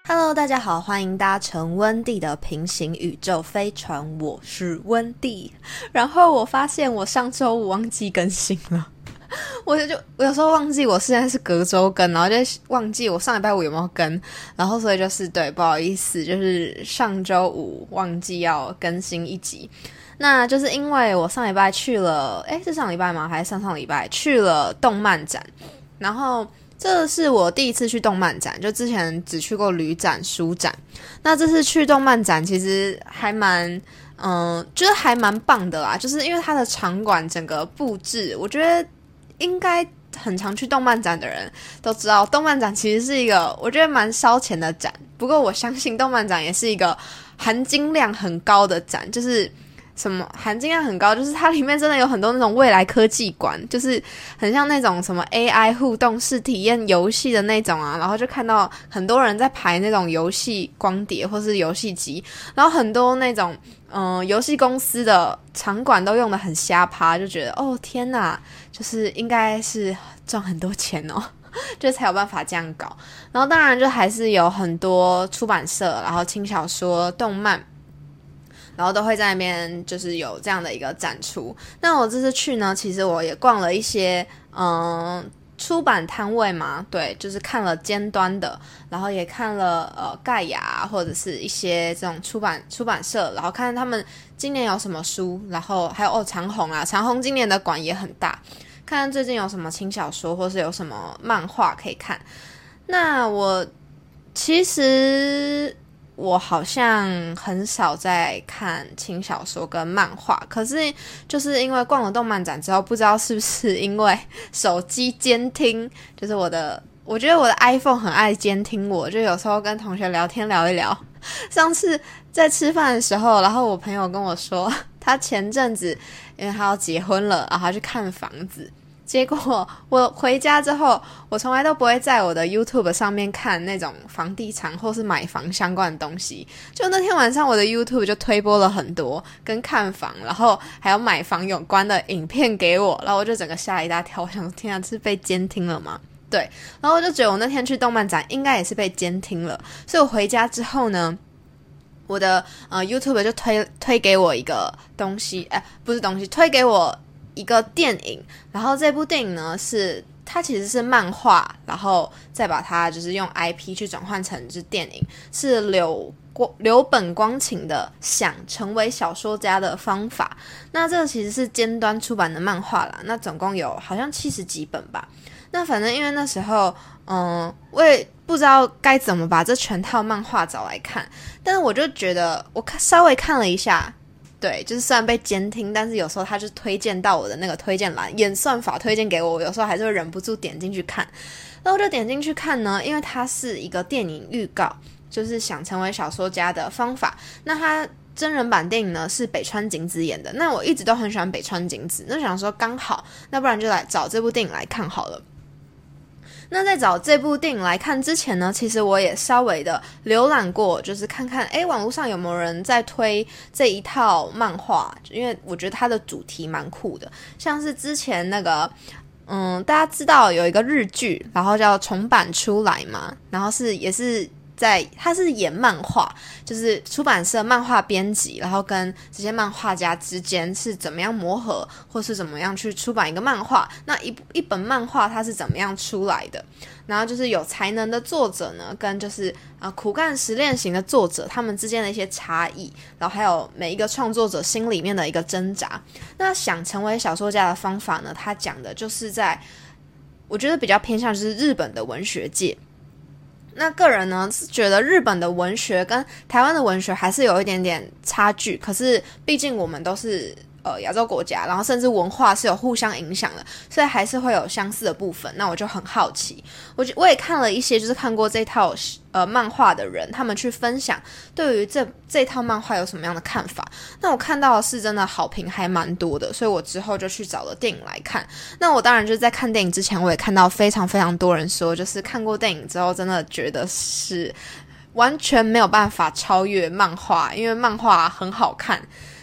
Hello，大家好，欢迎搭乘温蒂的平行宇宙飞船，我是温蒂。然后我发现我上周五忘记更新了，我有时候忘记我现在是隔周更，然后就忘记我上礼拜五有没有更，然后所以就是对，不好意思，就是上周五忘记要更新一集。那就是因为我上礼拜去了，是上礼拜吗？还是上礼拜去了动漫展，然后这是我第一次去动漫展，就之前只去过旅展、书展。那这次去动漫展其实还蛮，就是还蛮棒的啦。就是因为它的场馆整个布置，我觉得应该很常去动漫展的人都知道，动漫展其实是一个我觉得蛮烧钱的展。不过我相信动漫展也是一个含金量很高的展，就是什么含金量很高，就是它里面真的有很多那种未来科技馆，就是很像那种什么 AI 互动式体验游戏的那种啊，然后就看到很多人在排那种游戏光碟或是游戏机，然后很多那种游戏公司的场馆都用得很瞎趴，就觉得哦天哪，就是应该是赚很多钱哦。就才有办法这样搞，然后当然就还是有很多出版社，然后轻小说、动漫，然后都会在那边就是有这样的一个展出。那我这次去呢，其实我也逛了一些出版摊位嘛，对，就是看了尖端的，然后也看了盖亚或者是一些这种出版社，然后看他们今年有什么书，然后还有长虹啊，长虹今年的馆也很大，看看最近有什么轻小说或是有什么漫画可以看。那其实我好像很少在看轻小说跟漫画，可是就是因为逛了动漫展之后，不知道是不是因为手机监听，就是我觉得我的 iPhone 很爱监听我，就有时候跟同学聊天聊一聊。上次在吃饭的时候，然后我朋友跟我说，他前阵子因为他要结婚了，然后他去看房子。结果我回家之后，我从来都不会在我的 YouTube 上面看那种房地产或是买房相关的东西。就那天晚上，我的 YouTube 就推播了很多跟看房，然后还有买房有关的影片给我，然后我就整个吓一大跳，我想说天啊，是被监听了吗？对，然后我就觉得我那天去动漫展应该也是被监听了，所以我回家之后呢，我的YouTube 就推给我一个东西，不是东西，推给我一个电影，然后这部电影呢它其实是漫画，然后再把它就是用 IP 去转换成就是电影，是柳本光晴的《想成为小说家的方法》。那这个其实是尖端出版的漫画啦，那总共有好像70几本吧。那反正因为那时候我也不知道该怎么把这全套漫画找来看，但是我就觉得我稍微看了一下，对，就是虽然被监听，但是有时候他就推荐到我的那个推荐栏，演算法推荐给我，有时候还是会忍不住点进去看。那我就点进去看呢，因为它是一个电影预告，就是想成为小说家的方法。那它真人版电影呢是北川景子演的，那我一直都很喜欢北川景子，那想说刚好，那不然就来找这部电影来看好了。那在找这部电影来看之前呢，其实我也稍微的浏览过，就是看看网络上有没有人在推这一套漫画，因为我觉得它的主题蛮酷的，像是之前那个大家知道有一个日剧，然后叫重版出来嘛，然后也是他是演漫画，就是出版社漫画编辑，然后跟这些漫画家之间是怎么样磨合，或是怎么样去出版一个漫画。那一本漫画它是怎么样出来的？然后就是有才能的作者呢，跟就是苦干实练型的作者，他们之间的一些差异，然后还有每一个创作者心里面的一个挣扎。那想成为小说家的方法呢，他讲的就是我觉得比较偏向就是日本的文学界。那个人呢是觉得日本的文学跟台湾的文学还是有一点点差距，可是毕竟我们都是亚洲国家，然后甚至文化是有互相影响的，所以还是会有相似的部分。那我就很好奇，我也看了一些就是看过这套漫画的人，他们去分享对于这套漫画有什么样的看法。那我看到的是真的好评还蛮多的，所以我之后就去找了电影来看。那我当然就是在看电影之前，我也看到非常非常多人说，就是看过电影之后真的觉得是完全没有办法超越漫画，因为漫画很好看。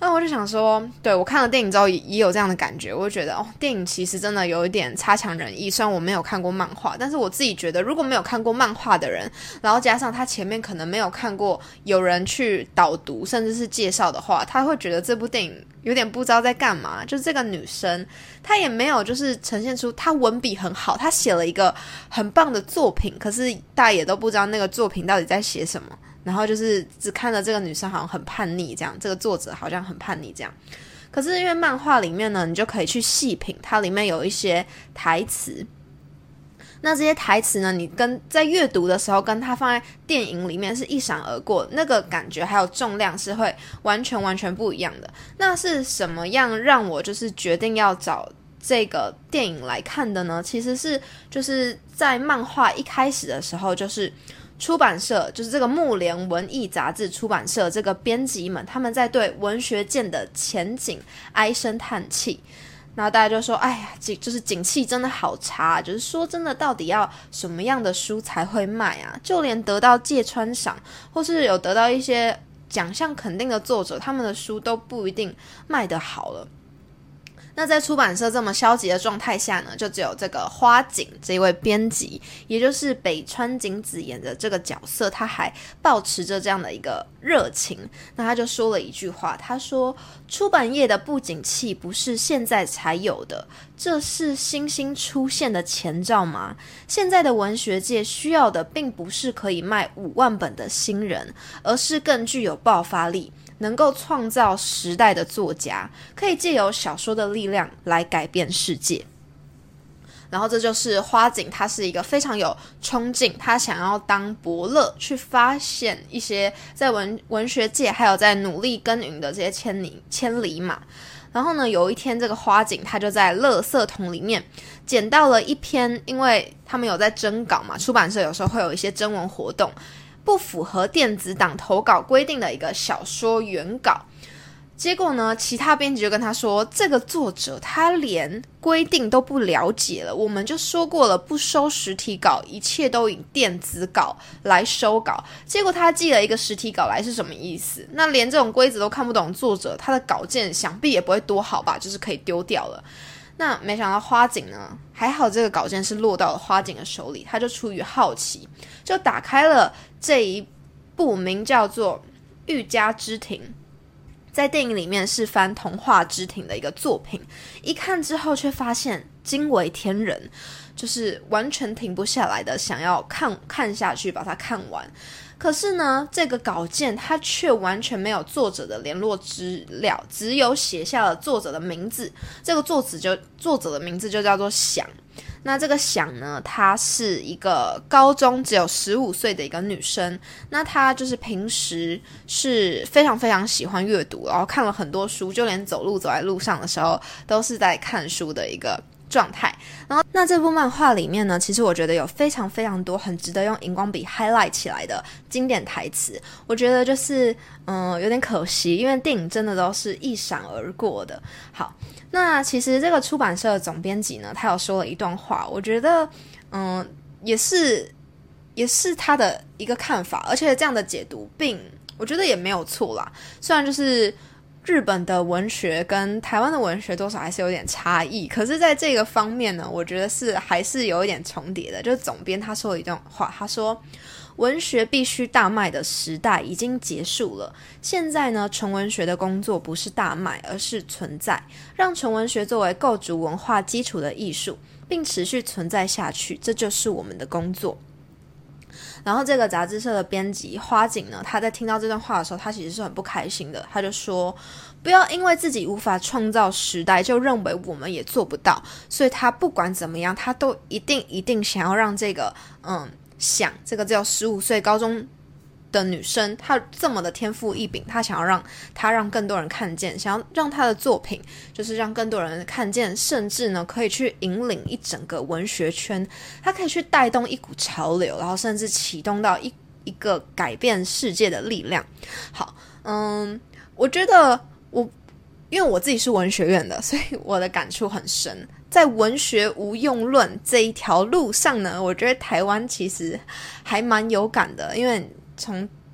那我就想说，对，我看了电影之后也有这样的感觉，我就觉得电影其实真的有一点差强人意。虽然我没有看过漫画，但是我自己觉得，如果没有看过漫画的人，然后加上他前面可能没有看过有人去导读甚至是介绍的话，他会觉得这部电影有点不知道在干嘛。就是这个女生，她也没有就是呈现出她文笔很好，她写了一个很棒的作品，可是大家也都不知道那个作品到底在写什么。然后就是只看了这个女生好像很叛逆这样，这个作者好像很叛逆这样。可是因为漫画里面呢，你就可以去细品，它里面有一些台词。那这些台词呢，你在阅读的时候跟它放在电影里面是一闪而过，那个感觉还有重量是会完全不一样的。那是什么样让我就是决定要找这个电影来看的呢？其实是就是在漫画一开始的时候，就是出版社，就是这个木莲文艺杂志出版社这个编辑们，他们在对文学界的前景唉声叹气。然后大家就说，哎呀，就是景气真的好差，就是说真的，到底要什么样的书才会卖啊？就连得到芥川赏或是有得到一些奖项肯定的作者，他们的书都不一定卖得好了。那在出版社这么消极的状态下呢，就只有这个花井这一位编辑，也就是北川景子演的这个角色，他还抱持着这样的一个热情。那他就说了一句话，他说出版业的不景气不是现在才有的，这是新兴出现的前兆吗？现在的文学界需要的并不是可以卖5万本的新人，而是更具有爆发力，能够创造时代的作家，可以借由小说的力量来改变世界。然后这就是花井，他是一个非常有冲劲，他想要当伯乐，去发现一些在文学界还有在努力耕耘的这些千里马。然后呢，有一天这个花井他就在垃圾桶里面捡到了一篇，因为他们有在征稿嘛，出版社有时候会有一些征文活动，不符合电子档投稿规定的一个小说原稿。结果呢，其他编辑就跟他说，这个作者他连规定都不了解了，我们就说过了不收实体稿，一切都以电子稿来收稿。结果他寄了一个实体稿来是什么意思？那连这种规则都看不懂，作者他的稿件想必也不会多好吧，就是可以丢掉了。那没想到花井呢，还好这个稿件是落到了花井的手里，他就出于好奇就打开了这一部名叫做《御家之庭》，在电影里面是翻童话之庭的一个作品。一看之后却发现惊为天人，就是完全停不下来的想要看下去，把它看完。可是呢，这个稿件它却完全没有作者的联络资料，只有写下了作者的名字。这个作者的名字就叫做响。那这个响呢，她是一个高中只有15岁的一个女生。那她就是平时是非常非常喜欢阅读，然后看了很多书，就连走在路上的时候都是在看书的一个状态。然后那这部漫画里面呢，其实我觉得有非常非常多很值得用荧光笔 highlight 起来的经典台词。我觉得就是有点可惜，因为电影真的都是一闪而过的。好，那其实这个出版社的总编辑呢，他有说了一段话，我觉得也是他的一个看法，而且这样的解读我觉得也没有错啦。虽然就是日本的文学跟台湾的文学多少还是有点差异，可是在这个方面呢，我觉得还是有一点重叠的。就是总编他说了一段话，他说文学必须大卖的时代已经结束了，现在呢，纯文学的工作不是大卖，而是存在，让纯文学作为构筑文化基础的艺术并持续存在下去，这就是我们的工作。然后这个杂志社的编辑花井呢，他在听到这段话的时候，他其实是很不开心的。他就说，不要因为自己无法创造时代，就认为我们也做不到。所以他不管怎么样，他都一定想要让这个这个只有15岁高中的女生，她这么的天赋异禀，她想要让更多人看见，想要让她的作品就是让更多人看见，甚至呢可以去引领一整个文学圈，她可以去带动一股潮流，然后甚至启动到一个改变世界的力量。好，我觉得因为我自己是文学院的，所以我的感触很深。在文学无用论这一条路上呢，我觉得台湾其实还蛮有感的，因为从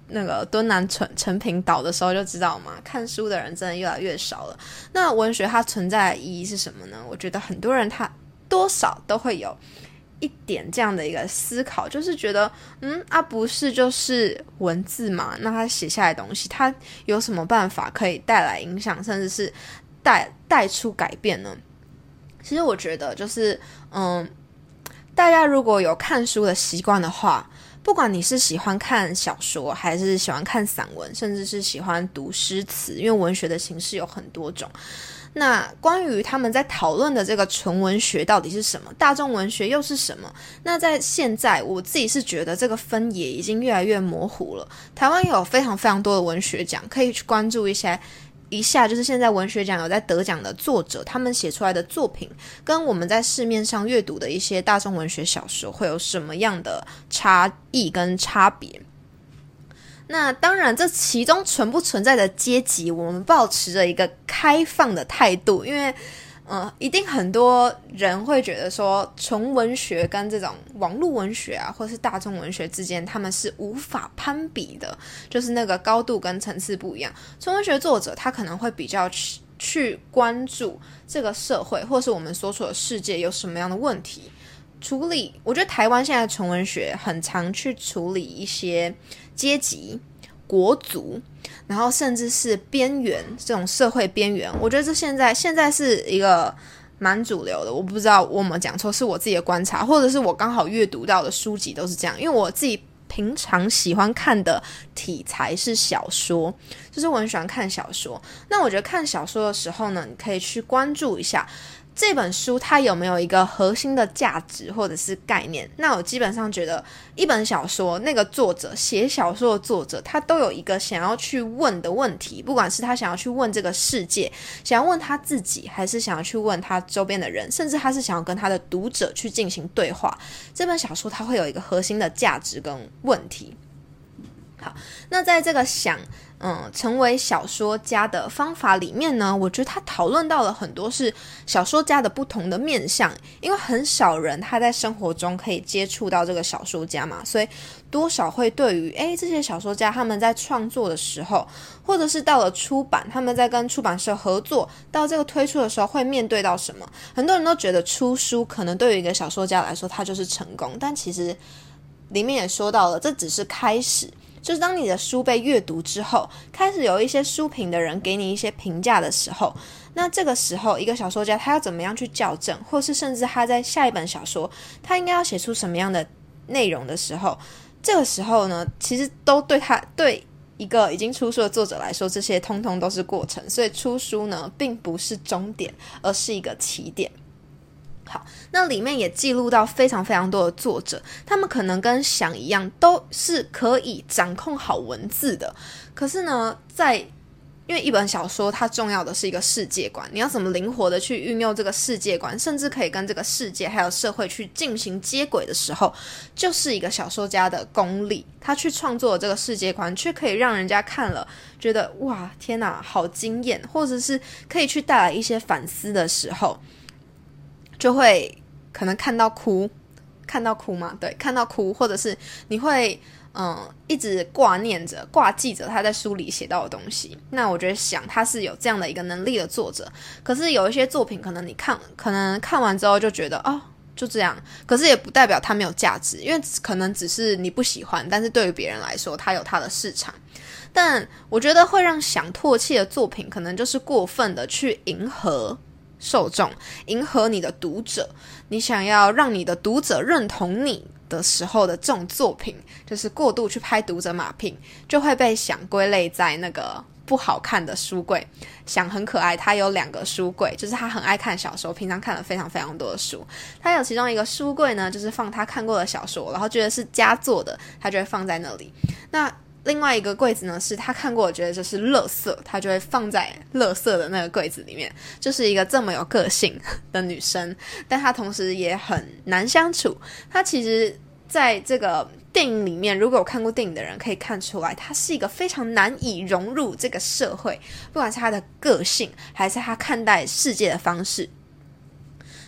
那个敦南成品岛的时候就知道嘛，看书的人真的越来越少了。那文学它存在的意义是什么呢？我觉得很多人他多少都会有一点这样的一个思考，就是觉得不是就是文字嘛，那他写下来的东西他有什么办法可以带来影响，甚至是带出改变呢？其实我觉得就是大家如果有看书的习惯的话，不管你是喜欢看小说还是喜欢看散文，甚至是喜欢读诗词，因为文学的形式有很多种，那关于他们在讨论的这个纯文学到底是什么，大众文学又是什么，那在现在我自己是觉得这个分野已经越来越模糊了。台湾有非常非常多的文学奖可以去关注一下，就是现在文学奖有在得奖的作者，他们写出来的作品跟我们在市面上阅读的一些大众文学小说会有什么样的差异跟差别。那当然这其中存不存在的阶级，我们抱持着一个开放的态度，因为一定很多人会觉得说纯文学跟这种网络文学啊或是大众文学之间他们是无法攀比的，就是那个高度跟层次不一样。纯文学作者他可能会比较去关注这个社会或是我们所处的世界有什么样的问题处理。我觉得台湾现在纯文学很常去处理一些阶级、国族，然后甚至是边缘，这种社会边缘，我觉得这现在是一个蛮主流的。我不知道我有没有讲错，是我自己的观察，或者是我刚好阅读到的书籍都是这样。因为我自己平常喜欢看的题材是小说，就是我很喜欢看小说。那我觉得看小说的时候呢，你可以去关注一下这本书它有没有一个核心的价值或者是概念。那我基本上觉得一本小说，那个作者写小说的作者他都有一个想要去问的问题，不管是他想要去问这个世界，想要问他自己，还是想要去问他周边的人，甚至他是想要跟他的读者去进行对话，这本小说它会有一个核心的价值跟问题。好，那在这个成为小说家的方法里面呢，我觉得他讨论到了很多是小说家的不同的面向，因为很少人他在生活中可以接触到这个小说家嘛，所以多少会对于这些小说家他们在创作的时候，或者是到了出版，他们在跟出版社合作到这个推出的时候会面对到什么。很多人都觉得出书可能对于一个小说家来说他就是成功，但其实里面也说到了，这只是开始，就是当你的书被阅读之后，开始有一些书评的人给你一些评价的时候，那这个时候一个小说家他要怎么样去校正，或是甚至他在下一本小说他应该要写出什么样的内容的时候，这个时候呢，其实都对一个已经出书的作者来说，这些通通都是过程，所以出书呢并不是终点，而是一个起点。好，那里面也记录到非常非常多的作者，他们可能跟想一样都是可以掌控好文字的，可是呢因为一本小说它重要的是一个世界观，你要怎么灵活的去运用这个世界观，甚至可以跟这个世界还有社会去进行接轨的时候，就是一个小说家的功力，他去创作这个世界观却可以让人家看了觉得哇天哪好惊艳，或者是可以去带来一些反思的时候，就会可能看到哭吗？对，看到哭，或者是你会一直挂记着他在书里写到的东西。那我觉得他是有这样的一个能力的作者，可是有一些作品可能看完之后就觉得就这样，可是也不代表它没有价值，因为可能只是你不喜欢，但是对于别人来说它有它的市场。但我觉得会让想唾弃的作品可能就是过分的去迎合受众，迎合你的读者，你想要让你的读者认同你的时候的这种作品，就是过度去拍读者马屁，就会被想归类在那个不好看的书柜。想很可爱，他有2个书柜，就是他很爱看小说，平常看了非常非常多的书，他有其中一个书柜呢就是放他看过的小说，然后觉得是佳作的他就会放在那里。那另外一个柜子呢是他看过我觉得就是垃圾，他就会放在垃圾的那个柜子里面。就是一个这么有个性的女生，但她同时也很难相处。她其实在这个电影里面，如果有看过电影的人可以看出来，她是一个非常难以融入这个社会，不管是她的个性还是她看待世界的方式。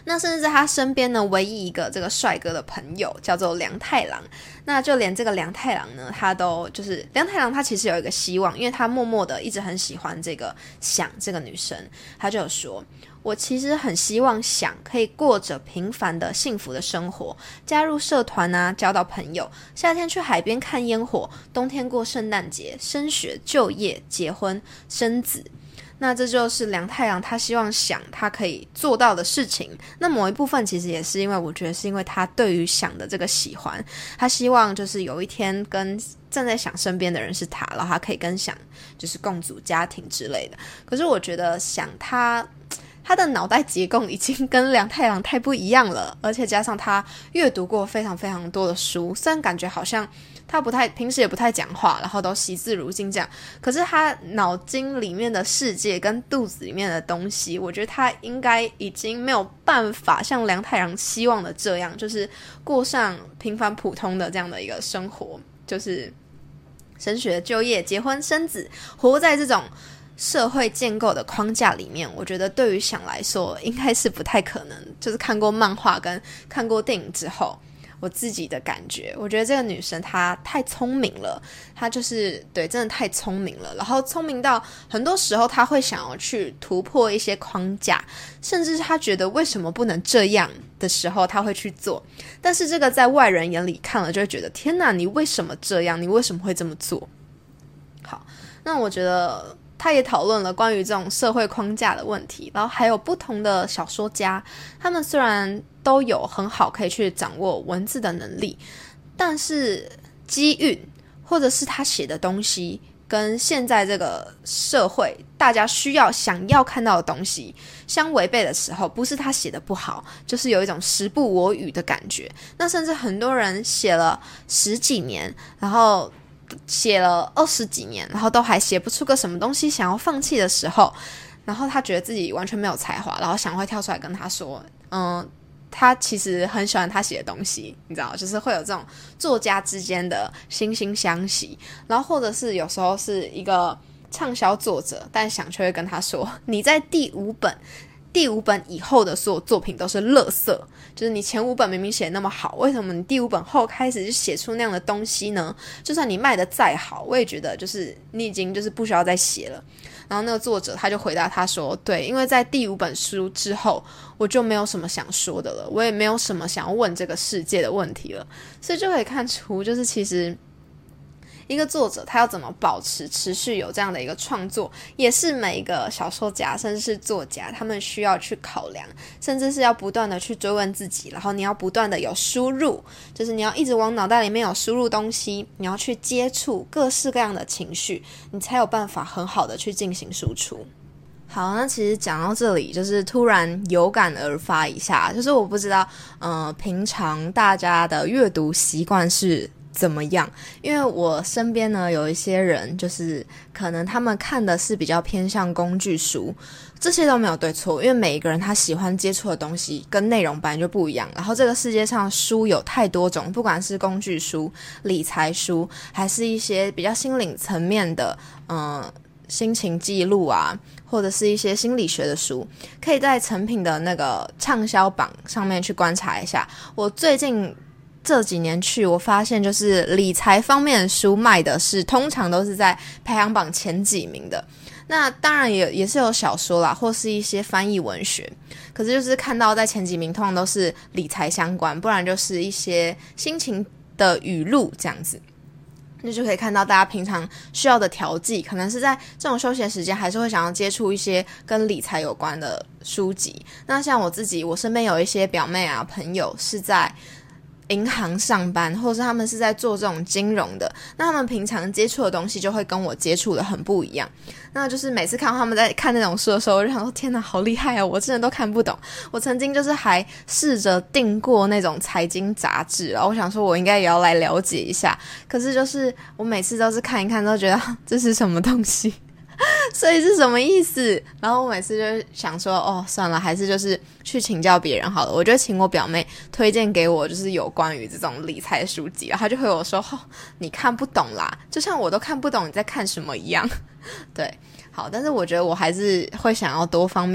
那甚至在他身边呢，唯一一个这个帅哥的朋友叫做梁太郎。那就连这个梁太郎呢，他都就是梁太郎，他其实有一个希望，因为他默默的一直很喜欢这个想这个女生，他就有说，我其实很希望想可以过着平凡的幸福的生活，加入社团啊，交到朋友，夏天去海边看烟火，冬天过圣诞节，升学、就业、结婚、生子。那这就是梁太郎他希望想他可以做到的事情。那某一部分其实也是因为我觉得是因为他对于想的这个喜欢，他希望就是有一天跟站在想身边的人是他，然后他可以跟想就是共组家庭之类的。可是我觉得想他的脑袋结构已经跟梁太郎太不一样了，而且加上他阅读过非常非常多的书，虽然感觉好像他平时也不太讲话，然后都惜字如金这样，可是他脑筋里面的世界跟肚子里面的东西，我觉得他应该已经没有办法像梁太郎希望的这样，就是过上平凡普通的这样的一个生活，就是升学、就业、结婚、生子，活在这种社会建构的框架里面，我觉得对于想来说应该是不太可能。就是看过漫画跟看过电影之后，我自己的感觉，我觉得这个女生她太聪明了，她就是对，真的太聪明了，然后聪明到很多时候她会想要去突破一些框架，甚至她觉得为什么不能这样的时候她会去做，但是这个在外人眼里看了就会觉得天哪，你为什么这样，你为什么会这么做。好，那我觉得他也讨论了关于这种社会框架的问题，然后还有不同的小说家，他们虽然都有很好可以去掌握文字的能力，但是机运或者是他写的东西跟现在这个社会大家想要看到的东西相违背的时候，不是他写的不好，就是有一种时不我与的感觉。那甚至很多人写了10几年，然后写了20几年，然后都还写不出个什么东西，想要放弃的时候，然后他觉得自己完全没有才华，然后想会跳出来跟他说他其实很喜欢他写的东西，你知道，就是会有这种作家之间的惺惺相惜。然后或者是有时候是一个畅销作者，但想却会跟他说，你在第五本以后的所有作品都是垃圾，就是你前5本明明写得那么好，为什么你第5本后开始就写出那样的东西呢？就算你卖得再好，我也觉得就是你已经就是不需要再写了。然后那个作者他就回答他说，对，因为在第5本书之后，我就没有什么想说的了，我也没有什么想要问这个世界的问题了。所以就可以看出，就是其实一个作者他要怎么保持持续有这样的一个创作，也是每一个小说家甚至是作家他们需要去考量，甚至是要不断的去追问自己，然后你要不断的有输入，就是你要一直往脑袋里面有输入东西，你要去接触各式各样的情绪，你才有办法很好的去进行输出。好，那其实讲到这里，就是突然有感而发一下，就是我不知道平常大家的阅读习惯是怎么样，因为我身边呢有一些人，就是可能他们看的是比较偏向工具书，这些都没有对错，因为每一个人他喜欢接触的东西跟内容本来就不一样，然后这个世界上书有太多种，不管是工具书、理财书，还是一些比较心灵层面的心情记录啊，或者是一些心理学的书，可以在诚品的那个畅销榜上面去观察一下。我最近这几年去，我发现就是理财方面的书卖的是通常都是在排行榜前几名的。那当然也是有小说啦，或是一些翻译文学，可是就是看到在前几名通常都是理财相关，不然就是一些心情的语录这样子。那就可以看到大家平常需要的调剂，可能是在这种休闲时间还是会想要接触一些跟理财有关的书籍。那像我自己，我身边有一些表妹啊朋友是在银行上班，或者是他们是在做这种金融的，那他们平常接触的东西就会跟我接触的很不一样。那就是每次看到他们在看那种书的时候，我就想说天哪，好厉害啊，我真的都看不懂。我曾经就是还试着订过那种财经杂志，然后我想说我应该也要来了解一下，可是就是我每次都是看一看都觉得这是什么东西，所以是什么意思？然后我每次就想说算了，还是就是去请教别人好了。我就请我表妹推荐给我就是有关于这种理财书籍，然后她就回我说你看不懂啦，就像我都看不懂你在看什么一样。对，好，但是我觉得我还是会想要多方面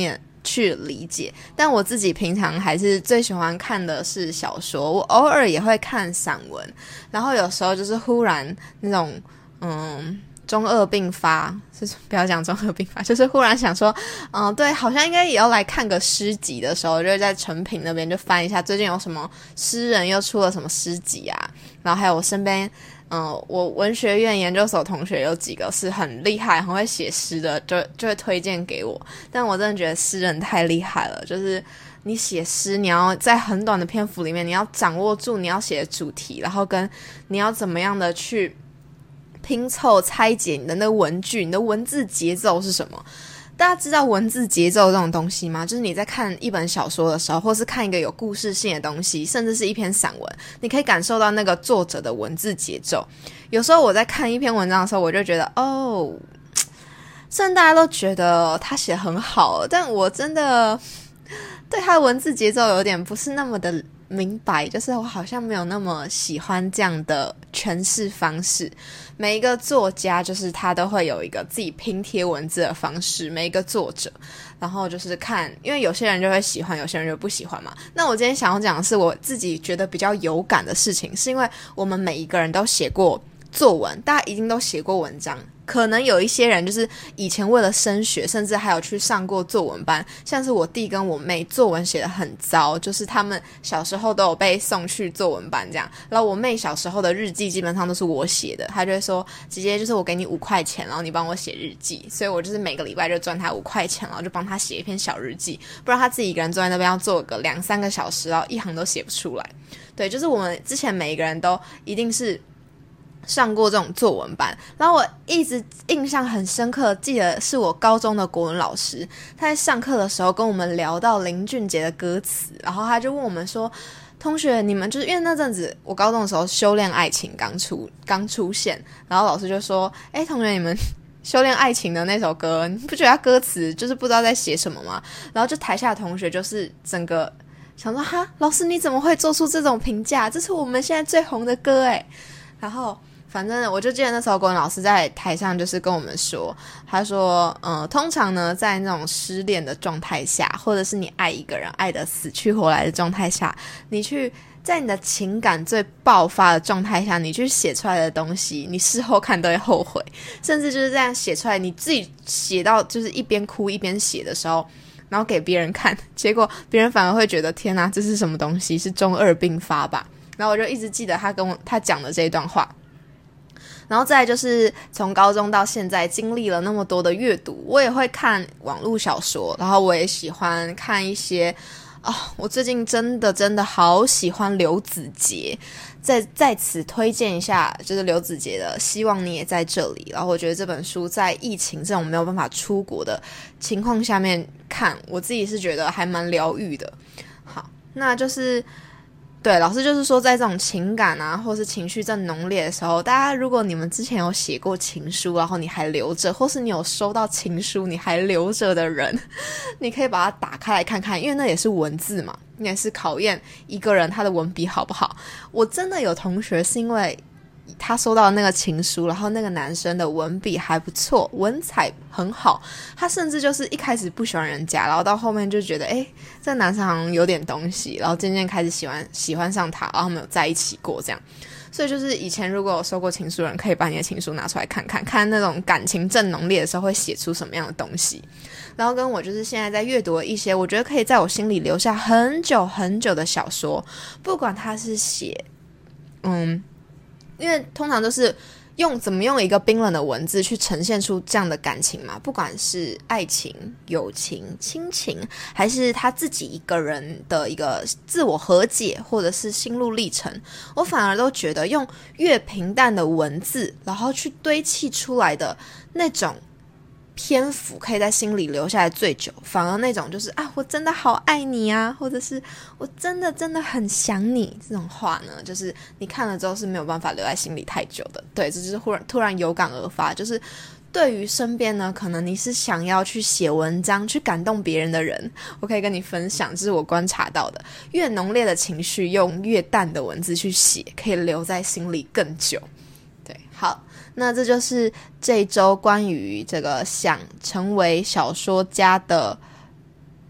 去理解。但我自己平常还是最喜欢看的是小说，我偶尔也会看散文，然后有时候就是忽然那种中二病发，是不要讲中二病发，就是忽然想说对，好像应该也要来看个诗集的时候，就会在成品那边就翻一下最近有什么诗人又出了什么诗集啊，然后还有我身边我文学院研究所同学有几个是很厉害很会写诗的，就会推荐给我。但我真的觉得诗人太厉害了，就是你写诗你要在很短的篇幅里面，你要掌握住你要写的主题，然后跟你要怎么样的去拼凑拆解你的那个文句，你的文字节奏是什么。大家知道文字节奏这种东西吗？就是你在看一本小说的时候，或是看一个有故事性的东西，甚至是一篇散文，你可以感受到那个作者的文字节奏。有时候我在看一篇文章的时候，我就觉得虽然大家都觉得他写很好，但我真的对他的文字节奏有点不是那么的明白，就是我好像没有那么喜欢这样的诠释方式。每一个作家就是他都会有一个自己拼贴文字的方式，每一个作者，然后就是看，因为有些人就会喜欢，有些人就不喜欢嘛。那我今天想要讲的是我自己觉得比较有感的事情，是因为我们每一个人都写过作文，大家一定都写过文章，可能有一些人就是以前为了升学，甚至还有去上过作文班，像是我弟跟我妹作文写得很糟，就是他们小时候都有被送去作文班这样。然后我妹小时候的日记基本上都是我写的，她就会说姐姐就是我给你5块钱，然后你帮我写日记，所以我就是每个礼拜就赚她5块钱，然后就帮她写一篇小日记，不然她自己一个人坐在那边要做个2-3个小时，然后一行都写不出来。对，就是我们之前每一个人都一定是上过这种作文班，然后我一直印象很深刻，记得是我高中的国文老师，他在上课的时候跟我们聊到林俊杰的歌词，然后他就问我们说，同学你们就是因为那阵子我高中的时候修炼爱情刚出现，然后老师就说同学你们修炼爱情的那首歌，你不觉得他歌词就是不知道在写什么吗？然后就台下的同学就是整个想说哈，老师你怎么会做出这种评价，这是我们现在最红的歌耶。然后反正我就记得那时候国文老师在台上就是跟我们说，他说通常呢在那种失恋的状态下，或者是你爱一个人爱得死去活来的状态下，你去在你的情感最爆发的状态下，你去写出来的东西，你事后看都会后悔，甚至就是这样写出来，你自己写到就是一边哭一边写的时候，然后给别人看，结果别人反而会觉得天哪，这是什么东西，是中二病发吧。然后我就一直记得他讲的这一段话。然后再来就是从高中到现在经历了那么多的阅读，我也会看网络小说，然后我也喜欢看一些我最近真的好喜欢刘子杰，在此推荐一下，就是刘子杰的《希望你也在这里》。然后我觉得这本书在疫情这种没有办法出国的情况下面看，我自己是觉得还蛮疗愈的。好，那就是对，老师就是说在这种情感啊或是情绪正浓烈的时候，大家如果你们之前有写过情书然后你还留着，或是你有收到情书你还留着的人，你可以把它打开来看看，因为那也是文字嘛，你也是考验一个人他的文笔好不好。我真的有同学是因为他收到那个情书，然后那个男生的文笔还不错，文采很好，他甚至就是一开始不喜欢人家，然后到后面就觉得这个男生好像有点东西，然后渐渐开始喜欢上他，然后他们有在一起过这样。所以就是以前如果有收过情书的人，可以把你的情书拿出来看看，看那种感情正浓烈的时候会写出什么样的东西。然后跟我就是现在在阅读的一些我觉得可以在我心里留下很久很久的小说，不管他是写因为通常都是怎么用一个冰冷的文字去呈现出这样的感情嘛，不管是爱情、友情、亲情，还是他自己一个人的一个自我和解，或者是心路历程，我反而都觉得用越平淡的文字，然后去堆砌出来的那种篇幅可以在心里留下来最久，反而那种就是我真的好爱你啊，或者是我真的很想你，这种话呢，就是你看了之后是没有办法留在心里太久的。对，这就是突然有感而发，就是对于身边呢，可能你是想要去写文章去感动别人的人，我可以跟你分享，这是我观察到的，越浓烈的情绪用越淡的文字去写，可以留在心里更久。对，好，那这就是这一周关于这个想成为小说家的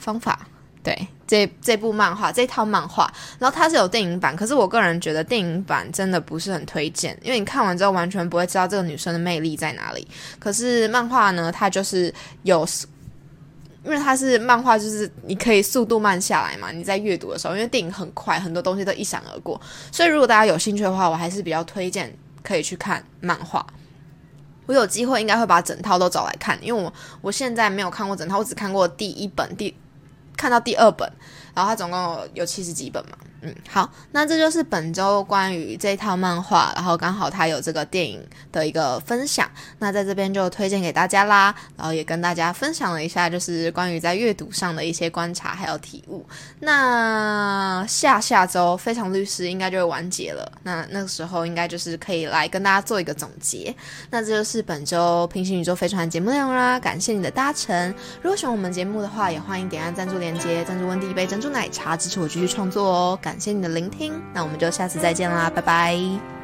方法。对，这部漫画，这套漫画，然后它是有电影版，可是我个人觉得电影版真的不是很推荐，因为你看完之后完全不会知道这个女生的魅力在哪里。可是漫画呢，它就是有，因为它是漫画，就是你可以速度慢下来嘛，你在阅读的时候，因为电影很快，很多东西都一闪而过，所以如果大家有兴趣的话，我还是比较推荐可以去看漫画。我有机会应该会把整套都找来看，因为我现在没有看过整套，我只看过第一本，看到第2本，然后它总共有70几本嘛。好，那这就是本周关于这一套漫画，然后刚好它有这个电影的一个分享，那在这边就推荐给大家啦，然后也跟大家分享了一下就是关于在阅读上的一些观察还有体悟。那下周非常律师应该就会完结了，那个时候应该就是可以来跟大家做一个总结。那这就是本周平行宇宙飞船的节目内容啦，感谢你的搭乘。如果喜欢我们节目的话，也欢迎点按赞助连结，赞助温蒂一杯珍珠奶茶，支持我继续创作哦。感谢你的聆听，那我们就下次再见啦，拜拜。